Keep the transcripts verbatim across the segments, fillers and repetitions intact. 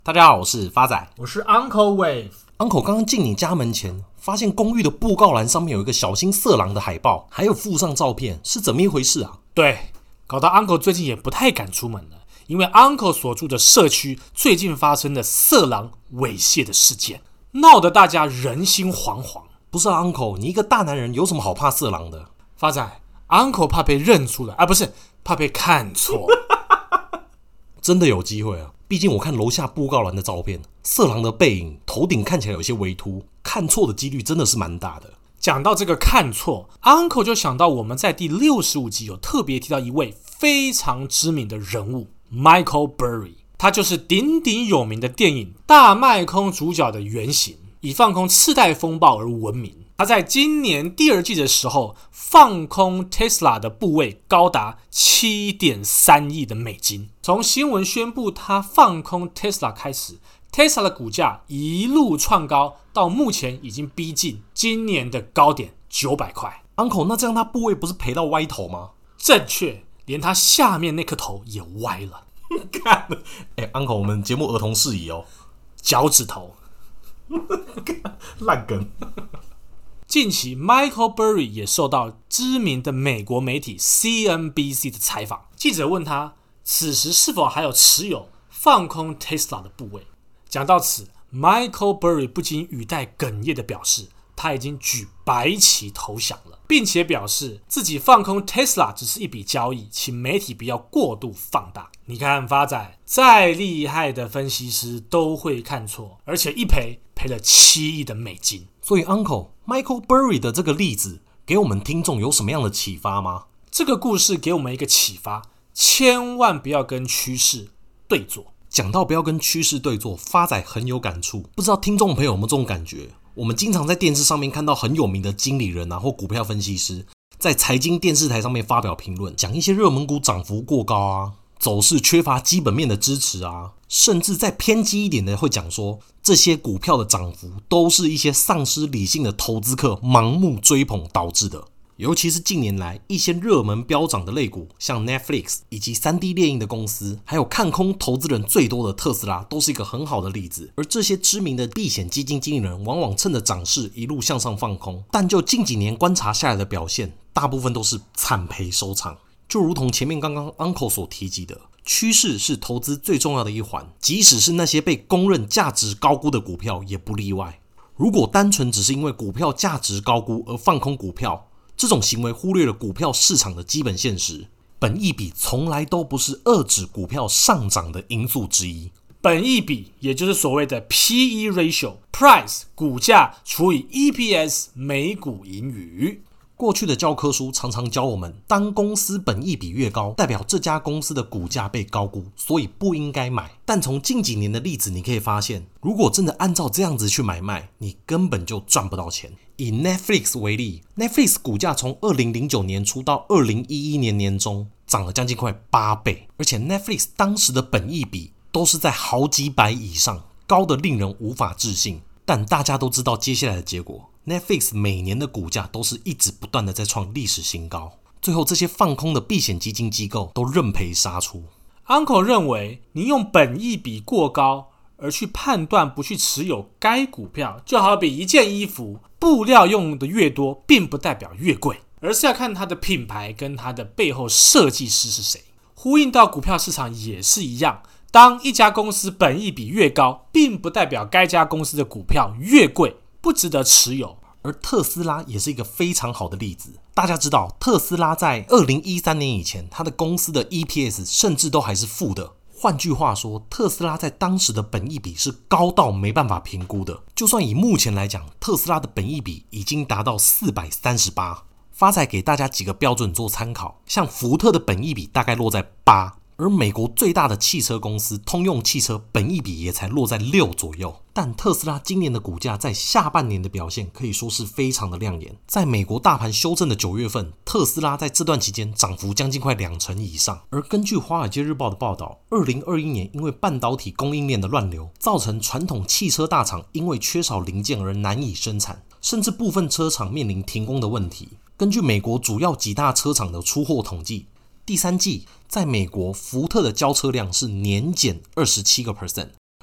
大家好，我是发仔， 我是 Uncle Wave。Uncle 刚刚进你家门前，发现公寓的布告栏上面有一个小心色狼的海报，还有附上照片，是怎么一回事啊？ 对，搞到 Uncle 最近也不太敢出门了，因为 Uncle 所住的社区最近发生了色狼猥亵的事件，闹得大家人心惶惶。 不是啊 Uncle， 你一个大男人有什么好怕色狼的？ 发仔 Uncle 怕被认出来啊，不是，怕被看错。 真的有机会啊，毕竟我看楼下布告栏的照片，色狼的背影头顶看起来有些微凸，看错的几率真的是蛮大的。 讲到这个看错 Uncle 就想到我们在第六十五集有特别提到一位非常知名的人物 Michael Burry， 他就是鼎鼎有名的电影大卖空主角的原型，以放空次贷风暴而闻名。他在今年第二季的时候放空 Tesla 的部位高达 七点三亿的美金。从新闻宣布他放空 Tesla 开始， Tesla 的股价一路创高，到目前已经逼近今年的高点九百块。 Uncle， 那这样他部位不是赔到歪头吗？ 正确，连他下面那颗头也歪了。 看了欸 Uncle， 我们节目儿童适宜哦。 脚趾头烂梗。 近期 Michael Burry 也受到知名的美国媒体 C N B C 的采访，记者问他此时是否还有持有放空 Tesla 的部位。讲到此， Michael Burry 不禁语带哽咽的表示他已经举白旗投降了，并且表示自己放空 Tesla 只是一笔交易，请媒体不要过度放大。你看发仔，再厉害的分析师都会看错，而且一赔赔了七亿的美金。 所以 Uncle Michael Burry 的这个例子给我们听众有什么样的启发吗？ 这个故事给我们一个启发，千万不要跟趋势对坐。 讲到不要跟趋势对坐，发仔很有感触，不知道听众朋友有没有这种感觉？我们经常在电视上面看到很有名的经理人啊，或股票分析师在财经电视台上面发表评论，讲一些热门股涨幅过高啊，走势缺乏基本面的支持啊，甚至再偏激一点的会讲说，这些股票的涨幅都是一些丧失理性的投资客盲目追捧导致的。尤其是近年来一些热门飙涨的类股，像 Netflix 以及 三 D 列印的公司，还有看空投资人最多的特斯拉，都是一个很好的例子。而这些知名的避险基金经理人往往趁着涨势一路向上放空，但就近几年观察下来的表现，大部分都是惨赔收场。就如同前面刚刚 Uncle 所提及的，趋势是投资最重要的一环，即使是那些被公认价值高估的股票也不例外。如果单纯只是因为股票价值高估而放空股票，这种行为忽略了股票市场的基本现实，本益比从来都不是遏制股票上涨的因素之一。 本益比也就是所谓的 P E ratio， Price 股价除以 E P S 每股盈余。 过去的教科书常常教我们，当公司本益比越高，代表这家公司的股价被高估，所以不应该买。但从近几年的例子你可以发现，如果真的按照这样子去买卖，你根本就赚不到钱。以 Netflix 为例， Netflix 股价从二零零九年初到二零一一年年中涨了将近快八倍，而且 Netflix 当时的本益比都是在好几百以上，高的令人无法置信。但大家都知道接下来的结果， Netflix 每年的股价都是一直不断的在创历史新高，最后这些放空的避险基金机构都认赔杀出。 Uncle 认为，你用本益比过高而去判断不去持有该股票，就好比一件衣服布料用的越多并不代表越贵，而是要看它的品牌跟它的背后设计师是谁。呼应到股票市场也是一样，当一家公司本益比越高，并不代表该家公司的股票越贵，不值得持有。 而特斯拉也是一个非常好的例子。大家知道，特斯拉在二零一三年以前，它的公司的 E P S 甚至都还是负的。换句话说，特斯拉在当时的本益比是高到没办法评估的。就算以目前来讲，特斯拉的本益比已经达到四百三十八。发仔给大家几个标准做参考，像福特的本益比大概落在八，而美国最大的汽车公司通用汽车本益比也才落在六左右。但特斯拉今年的股价在下半年的表现可以说是非常的亮眼。在美国大盘修正的九月份，特斯拉在这段期间涨幅将近快两成以上。而根据华尔街日报的报道，二零二一年因为半导体供应链的乱流，造成传统汽车大厂因为缺少零件而难以生产，甚至部分车厂面临停工的问题。根据美国主要几大车厂的出货统计，第三季在美国福特的交车量是年减 百分之二十七，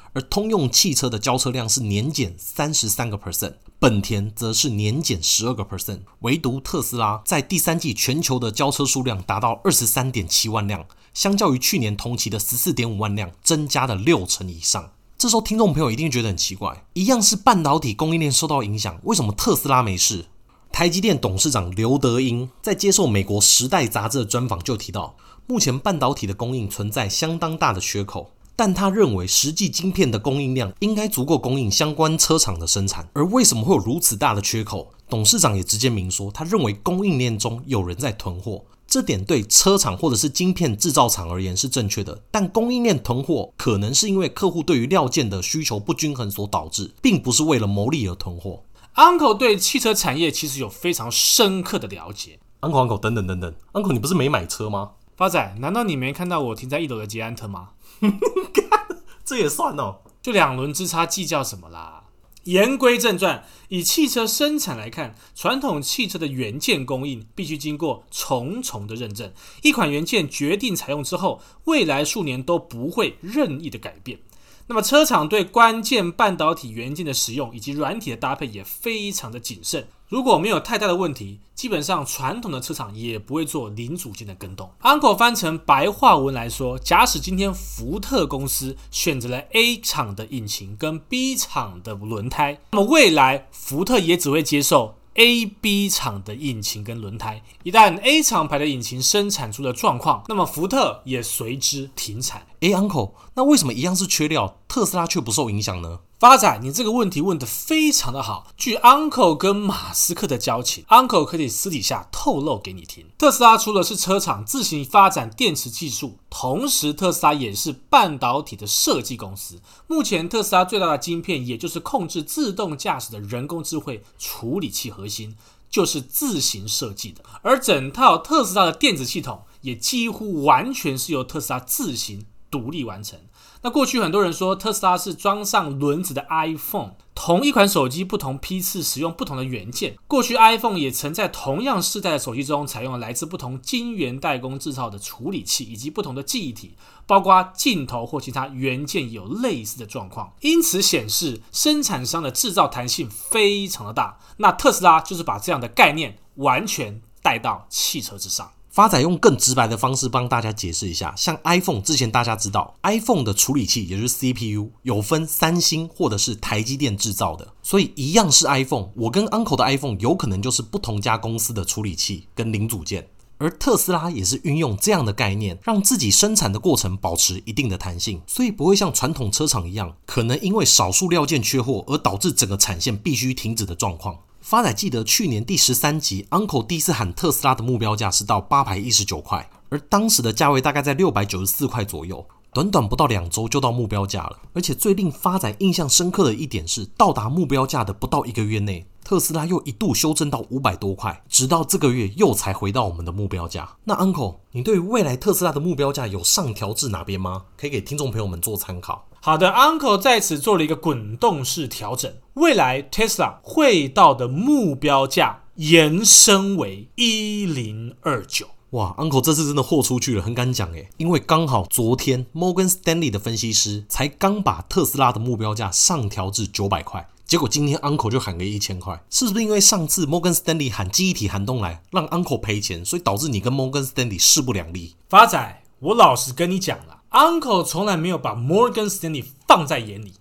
而通用汽车的交车量是年减 百分之三十三， 本田则是年减 百分之十二， 唯独特斯拉在第三季全球的交车数量达到 二十三点七万辆，相较于去年同期的 十四点五万辆增加了六成以上。这时候听众朋友一定觉得很奇怪，一样是半导体供应链受到影响，为什么特斯拉没事？台积电董事长刘德英在接受美国《时代》杂志的专访就提到，目前半导体的供应存在相当大的缺口，但他认为实际晶片的供应量应该足够供应相关车厂的生产。而为什么会有如此大的缺口？董事长也直接明说，他认为供应链中有人在囤货。这点对车厂或者是晶片制造厂而言是正确的，但供应链囤货可能是因为客户对于料件的需求不均衡所导致，并不是为了牟利而囤货。 Uncle 对汽车产业其实有非常深刻的了解。 Uncle Uncle 等等等等 ，Uncle 你不是没买车吗？ 发仔，难道你没看到我停在一楼的捷安特吗？ 这也算哦， 就两轮之差计较什么啦？言归正传，以汽车生产来看，传统汽车的元件供应必须经过重重的认证，一款元件决定采用之后，未来数年都不会任意的改变。那么车厂对关键半导体元件的使用以及软体的搭配也非常的谨慎，如果没有太大的问题，基本上传统的车厂也不会做零组件的更动。Uncle 翻成白话文来说，假使今天福特公司选择了 A 厂的引擎跟 B 厂的轮胎，那么未来福特也只会接受A、B 厂的引擎跟轮胎，一旦 A 厂牌的引擎生产出了状况，那么福特也随之停产。 诶 Uncle， 那为什么一样是缺料，特斯拉却不受影响呢？ 发仔，你这个问题问得非常的好。据 Uncle 跟马斯克的交情 ，Uncle 可以私底下透露给你听。特斯拉除了是车厂自行发展电池技术，同时特斯拉也是半导体的设计公司。目前特斯拉最大的晶片，也就是控制自动驾驶的人工智慧处理器核心，就是自行设计的。而整套特斯拉的电子系统，也几乎完全是由特斯拉自行独立完成。那过去很多人说特斯拉是装上轮子的 iPhone， 同一款手机不同批次使用不同的元件。过去 iPhone 也曾在同样世代的手机中采用了来自不同晶圆代工制造的处理器以及不同的记忆体，包括镜头或其他元件也有类似的状况，因此显示生产商的制造弹性非常的大。那特斯拉就是把这样的概念完全带到汽车之上。 发仔用更直白的方式帮大家解释一下，像 iPhone 之前大家知道 iPhone 的处理器也就是 C P U 有分三星或者是台积电制造的，所以一样是 iPhone， 我跟 Uncle 的 iPhone 有可能就是不同家公司的处理器跟零组件。而特斯拉也是运用这样的概念，让自己生产的过程保持一定的弹性，所以不会像传统车厂一样，可能因为少数料件缺货而导致整个产线必须停止的状况。发仔记得去年第十三集 Uncle 第一次喊特斯拉的目标价是到八百一十九块，而当时的价位大概在六百九十四块左右，短短不到两周就到目标价了。而且最令发仔印象深刻的一点是，到达目标价的不到一个月内，特斯拉又一度修正到五百多块，直到这个月又才回到我们的目标价。那 Uncle， 你对于未来特斯拉的目标价有上调至哪边吗？可以给听众朋友们做参考。 好的 ，Uncle 在此做了一个滚动式调整，未来 Tesla 会到的目标价延伸为一零二九。 哇 ，Uncle 这次真的豁出去了，很敢讲诶，因为刚好昨天 Morgan Stanley 的分析师才刚把特斯拉的目标价上调至九百块。结果今天 Uncle 就喊个一千块，是不是因为上次 Morgan Stanley 喊记忆体寒冬来，让 Uncle 赔钱，所以导致你跟 Morgan Stanley 势不两立？ 发仔，我老实跟你讲啦 ，Uncle 从来没有把 Morgan Stanley 放在眼里。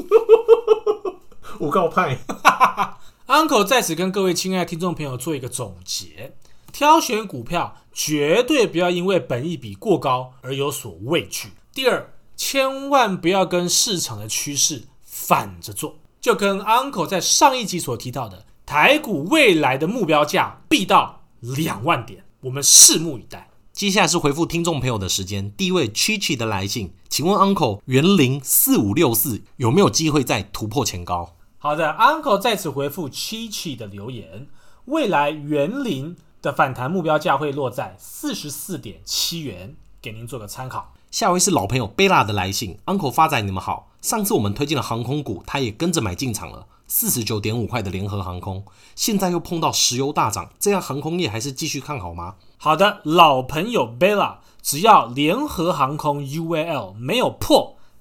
我告派 ，Uncle 在此跟各位亲爱的听众朋友做一个总结：挑选股票绝对不要因为本益比过高而有所畏惧。第二，千万不要跟市场的趋势反着做。就跟 Uncle 在上一集所提到的，台股未来的目标价必到两万点，我们拭目以待。 接下来是回复听众朋友的时间，第一位 Chichi 的来信，请问 Uncle 元龄四五六四有没有机会再突破前高？ 好的 ，Uncle 在此回复 Chichi 的留言，未来元龄的反弹目标价会落在 四十四点七元，给您做个参考。 下位是老朋友贝拉的来信 ，Uncle 发仔你们好，上次我们推荐了航空股，他也跟着买进场了， 四十九点五块的联合航空，现在又碰到石油大涨，这样航空业还是继续看好吗？ 好的，老朋友 Bella， 只要联合航空 U A L 没有破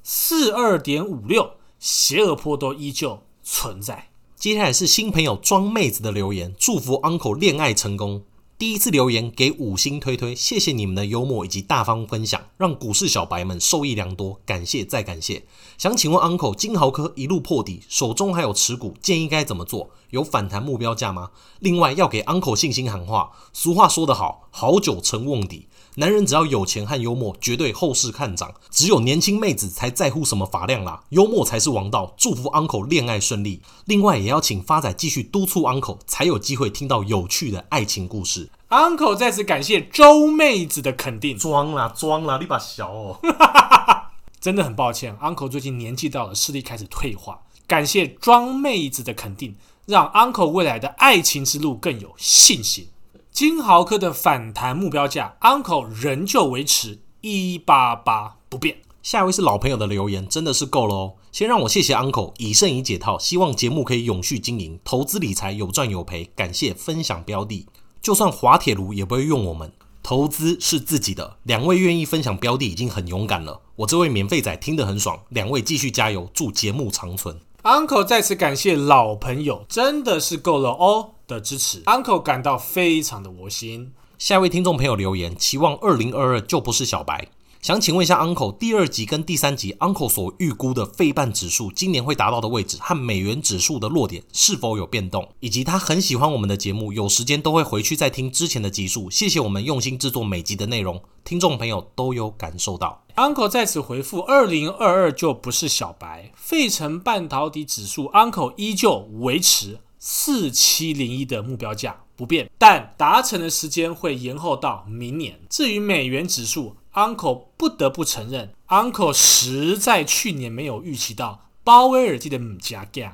四二点五六，邪恶坡都依旧存在。 接下来是新朋友装妹子的留言，祝福 Uncle 恋爱成功。第一次留言给五星推推，谢谢你们的幽默以及大方分享，让股市小白们受益良多，感谢再感谢。想请问 Uncle， 金豪科一路破底，手中还有持股，建议该怎么做？有反弹目标价吗？另外要给 Uncle 信心喊话，俗话说得好，好酒沉瓮底。男人只要有钱和幽默，绝对后市看涨。只有年轻妹子才在乎什么发量啦，幽默才是王道。祝福 Uncle 恋爱顺利。另外也要请发仔继续督促 Uncle， 才有机会听到有趣的爱情故事。 Uncle 在此感谢周妹子的肯定。 装啦装啦，你把小哦。 真的很抱歉 ，Uncle 最近年纪到了，视力开始退化。感谢庄妹子的肯定，让 Uncle 未来的爱情之路更有信心。金豪科的反弹目标价 ，Uncle 仍旧维持一八八不变。 下一位是老朋友的留言，真的是够了哦。先让我谢谢 Uncle， 以胜以解套，希望节目可以永续经营，投资理财有赚有赔。感谢分享标的，就算滑铁卢也不会用我们。投资是自己的，两位愿意分享标的已经很勇敢了。我这位免费仔听得很爽，两位继续加油，祝节目长存。 Uncle 在此感谢老朋友，真的是够了哦的支持 ，Uncle 感到非常的窝心。 下一位听众朋友留言，期望二零二二就不是小白。想请问一下 Uncle， 第二集跟第三集 Uncle 所预估的费半指数今年会达到的位置和美元指数的落点是否有变动，以及他很喜欢我们的节目，有时间都会回去再听之前的集数。谢谢我们用心制作每集的内容，听众朋友都有感受到。 Uncle 在此回复二零二二就不是小白，费城半导体指数 Uncle 依旧维持四七零一的目标价不变，但达成的时间会延后到明年。至于美元指数，Uncle 不得不承认 ，Uncle 实在去年没有预期到鲍威尔记的母加价，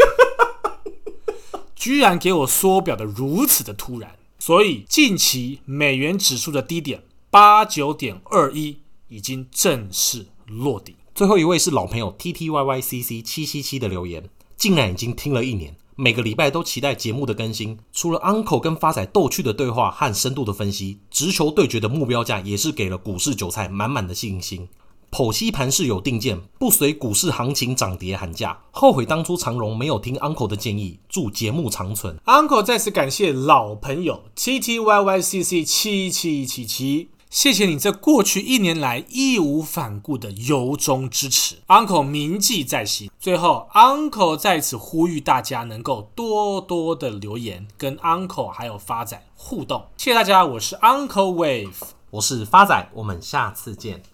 居然给我缩表的如此的突然，所以近期美元指数的低点 八十九点二一 已经正式落底。 最后一位是老朋友 T T Y Y C C 七七七的留言，竟然已经听了一年。每个礼拜都期待节目的更新，除了 Uncle 跟发仔逗趣的对话和深度的分析，直球对决的目标价也是给了股市韭菜满满的信心。剖析盘势有定见，不随股市行情涨跌喊价，后悔当初长荣没有听 Uncle 的建议，祝节目长存。 Uncle 再次感谢老朋友 T T Y Y C C 七七七七，谢谢你这过去一年来义无反顾的由衷支持 ，Uncle 铭记在心。最后 ，Uncle 在此呼吁大家能够多多的留言，跟 Uncle 还有发仔互动。谢谢大家，我是 Uncle Wave， 我是发仔，我们下次见。